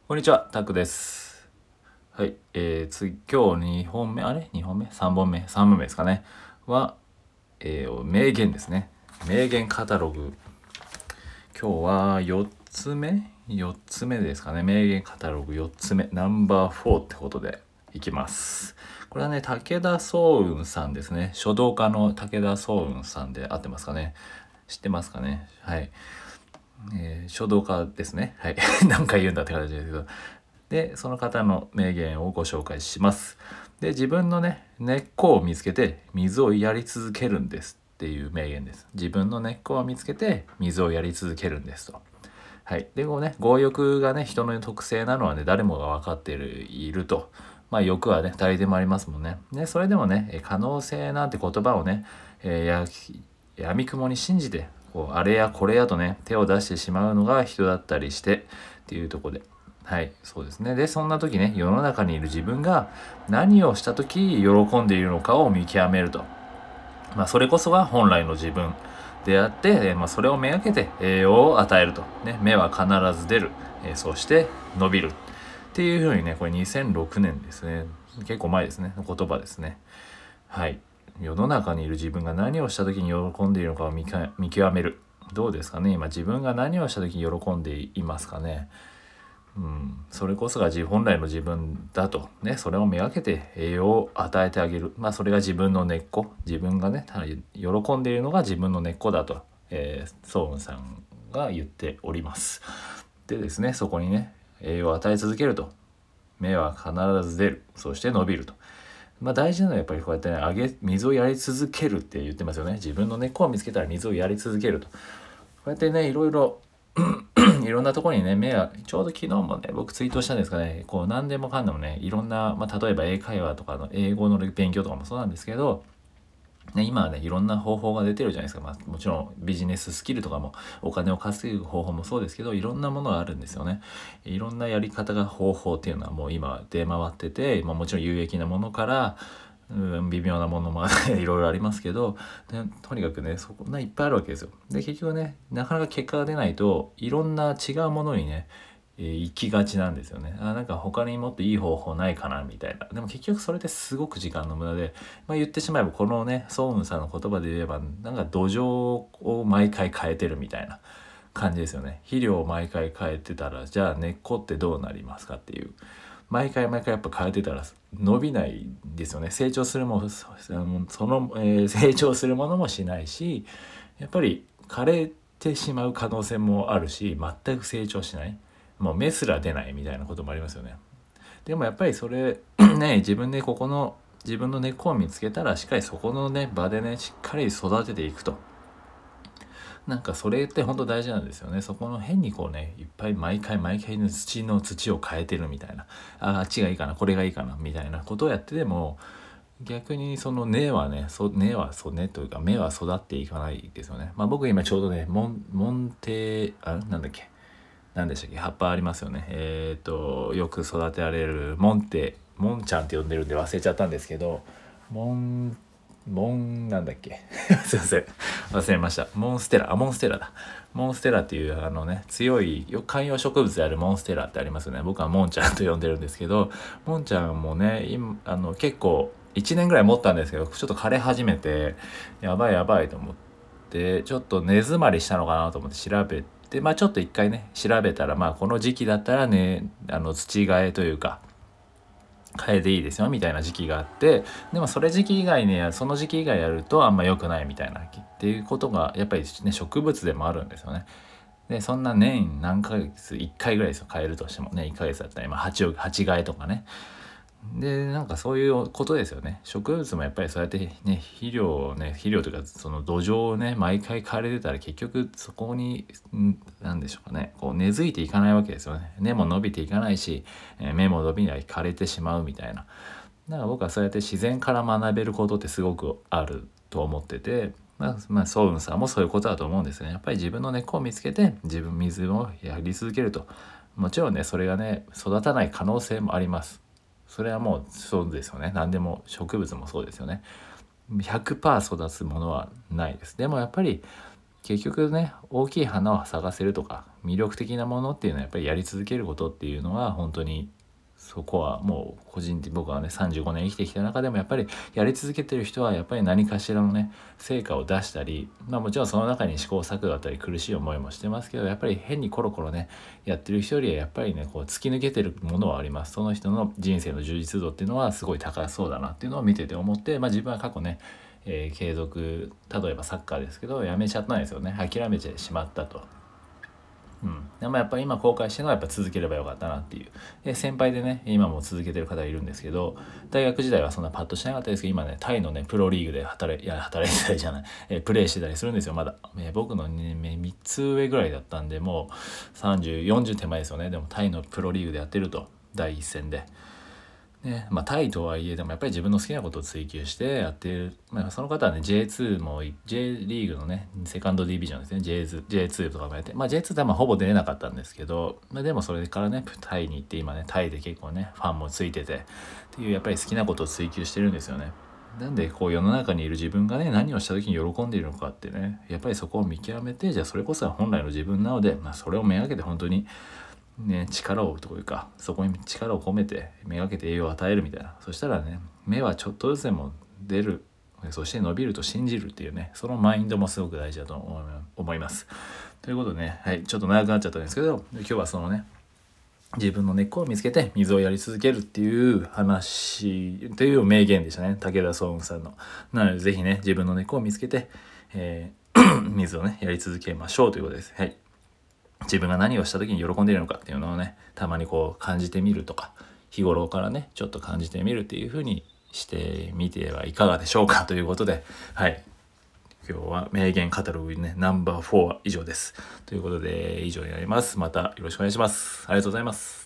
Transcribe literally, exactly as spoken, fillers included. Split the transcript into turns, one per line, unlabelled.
こんにちは、タクです。はい、えー、次、今日にほんめ、あれ ?に 本目 ?さん 本目 ?さん 本目ですかね。は、えー、名言ですね。名言カタログ。今日はよっつめ ?よっ つ目ですかね。名言カタログよっつめ。ナンバーよんってことでいきます。これはね、武田壮雲さんですね。書道家の武田壮雲さんで合ってますかね。知ってますかね。はい。えー書道家ですね。はい。何回言うんだって形ですけど。で、その方の名言をご紹介します。で、自分のね、根っこを見つけて水をやり続けるんですっていう名言です。自分の根っこを見つけて水をやり続けるんですと。はい。で、こうね、強欲がね、人の特性なのはね、誰もが分かっているいると。まあ、欲はね、誰でもありますもんね。ね、それでもね、可能性なんて言葉をね、えーや、やみくもに信じて、こう、あれやこれやとね、手を出してしまうのが人だったりして、っていうところで。はい、そうですね。で、そんな時ね、世の中にいる自分が何をした時喜んでいるのかを見極めると。まあ、それこそが本来の自分であって、まあ、それをめがけて栄養を与えると。ね、芽は必ず出る。えー、そして伸びる。っていうふうにね、これにせんろくねんですね。結構前ですね。言葉ですね。はい。世の中にいる自分が何をした時に喜んでいるのかを見か見極める。どうですかね。今自分が何をした時に喜んでいますかね。うん、それこそが自本来の自分だとね、それをめがけて栄養を与えてあげる。まあそれが自分の根っこ、自分がね喜んでいるのが自分の根っこだと、えー、ソウンさんが言っております。でですね、そこにね栄養を与え続けると、芽は必ず出る、そして伸びると。まあ大事なのはやっぱりこうやってね、あげ水をやり続けるって言ってますよね。自分の根っこを見つけたら水をやり続けると。こうやってね、いろいろいろんなところにね、目が、ちょうど昨日もね、僕ツイートしたんですかね、こう何でもかんでもね、いろんな、まあ、例えば英会話とかの英語の勉強とかもそうなんですけど、ね、今はね、いろんな方法が出てるじゃないですか。まあ、もちろんビジネススキルとかも、お金を稼ぐ方法もそうですけど、いろんなものがあるんですよね。いろんなやり方が、方法っていうのはもう今出回ってて、まあ、もちろん有益なものから、うん、微妙なものもいろいろありますけど、でとにかくね、そこないっぱいあるわけですよ。で、結局ね、なかなか結果が出ないと、いろんな違うものにね、えー行きがちなんですよね。あ、なんか他にもっといい方法ないかなみたいな。でも結局それってすごく時間の無駄で、まあ、言ってしまえばこのね、ソウンさんの言葉で言えば、なんか土壌を毎回変えてるみたいな感じですよね。肥料を毎回変えてたら、じゃあ根っこってどうなりますかっていう。毎回毎回やっぱ変えてたら伸びないんですよね。成長するもの、その、えー成長するものもしないし、やっぱり枯れてしまう可能性もあるし、全く成長しない。もう芽すら出ないみたいなこともありますよね。でもやっぱりそれね、自分でここの自分の根っこを見つけたら、しっかりそこのね場でね、しっかり育てていくと。なんかそれって本当大事なんですよね。そこの変にこうね、いっぱい毎回毎回の土の土を変えてるみたいな、ああっちがいいかな、これがいいかなみたいなことをやってでも、逆にその根はね、そ根はそう根というか芽は育っていかないですよね。まあ僕今ちょうどね、モンモンテあなんだっけ、なんでしたっけ、葉っぱありますよね。えっ、とよく育てられるモンテモンちゃんって呼んでるんで忘れちゃったんですけど、モンモンなんだっけすいません、忘れました。モンステラ、あモンステラだ。モンステラっていうあのね、強い観葉植物であるモンステラってありますよね。僕はモンちゃんと呼んでるんですけど、モンちゃんもね、今あの結構いちねんぐらい持ったんですけど、ちょっと枯れ始めて、やばいやばいと思って、ちょっと根詰まりしたのかなと思って調べて、まあちょっと一回ね調べたら、まあこの時期だったらね、あの土替えというか変えていいですよみたいな時期があって、でもそれ時期以外にその時期以外やるとあんま良くないみたいなっていうことがやっぱりね、植物でもあるんですよね。でそんな年何ヶ月いっかいぐらいですよ、変えるとしてもね。いっかげつだったら今鉢を鉢替えとかね。でなんかそういうことですよね。植物もやっぱりそうやってね、肥料をね、肥料というかその土壌をね毎回変えれてたら、結局そこに何でしょうかね、こう根付いていかないわけですよね。根も伸びていかないし、えー芽も伸びない、枯れてしまうみたいな。だから僕はそうやって自然から学べることってすごくあると思ってて、まあ、まあ、ソウンさんもそういうことだと思うんですね。やっぱり自分の根っこを見つけて自分水をやり続けると。もちろんね、それがね育たない可能性もあります。それはもうそうですよね。何でも植物もそうですよね。ひゃくパーセント育つものはないです。でもやっぱり結局ね大きい花を咲かせるとか魅力的なものっていうのはやっぱりやり続けることっていうのは本当にそこはもう個人的僕はねさんじゅうごねん生きてきた中でもやっぱりやり続けてる人はやっぱり何かしらのね成果を出したり、まあもちろんその中に試行錯誤だったり苦しい思いもしてますけど、やっぱり変にコロコロねやってる人よりはやっぱりねこう突き抜けてるものはあります。その人の人生の充実度っていうのはすごい高そうだなっていうのを見てて思って、まあ自分は過去ね、えー継続例えばサッカーですけどやめちゃったんですよね。諦めてしまったと。うん、でもやっぱり今後悔してるのはやっぱ続ければよかったなっていう。で先輩でね今も続けてる方いるんですけど、大学時代はそんなパッとしなかったですけど今ねタイのねプロリーグで働いいや働いてたりじゃない、えープレーしてたりするんですよまだ、えー僕の、ね、みっつ上ぐらいだったんでもうさんじゅう、よんじゅう手前ですよね。でもタイのプロリーグでやってると第一線で。ねまあ、タイとはいえでもやっぱり自分の好きなことを追求してやっている、まあ、その方はね ジェイツー も J リーグのねセカンドディビジョンですね ジェイツー, ジェイツーとかもやって、まあ、ジェイツー ではまあほぼ出れなかったんですけど、まあ、でもそれからねタイに行って今ねタイで結構ねファンもついててっていうやっぱり好きなことを追求してるんですよね。なんでこう世の中にいる自分がね何をした時に喜んでいるのかってねやっぱりそこを見極めて、じゃあそれこそが本来の自分なので、まあ、それをめがけて本当にね、力をというかそこに力を込めてめがけて栄養を与えるみたいな。そしたらね芽はちょっとずつでも出る、そして伸びると信じるっていうねそのマインドもすごく大事だと思います。ということでね、はい、ちょっと長くなっちゃったんですけど今日はそのね自分の根っこを見つけて水をやり続けるっていう話という名言でしたね、武田壮雲さんの。なのでぜひね自分の根っこを見つけて、えー水をねやり続けましょうということです。はい、自分が何をした時に喜んでいるのかっていうのをねたまにこう感じてみるとか日頃からねちょっと感じてみるっていう風にしてみてはいかがでしょうかということで、はい今日は名言カタログねナンバーフォーは以上ですということで以上になります。またよろしくお願いします。ありがとうございます。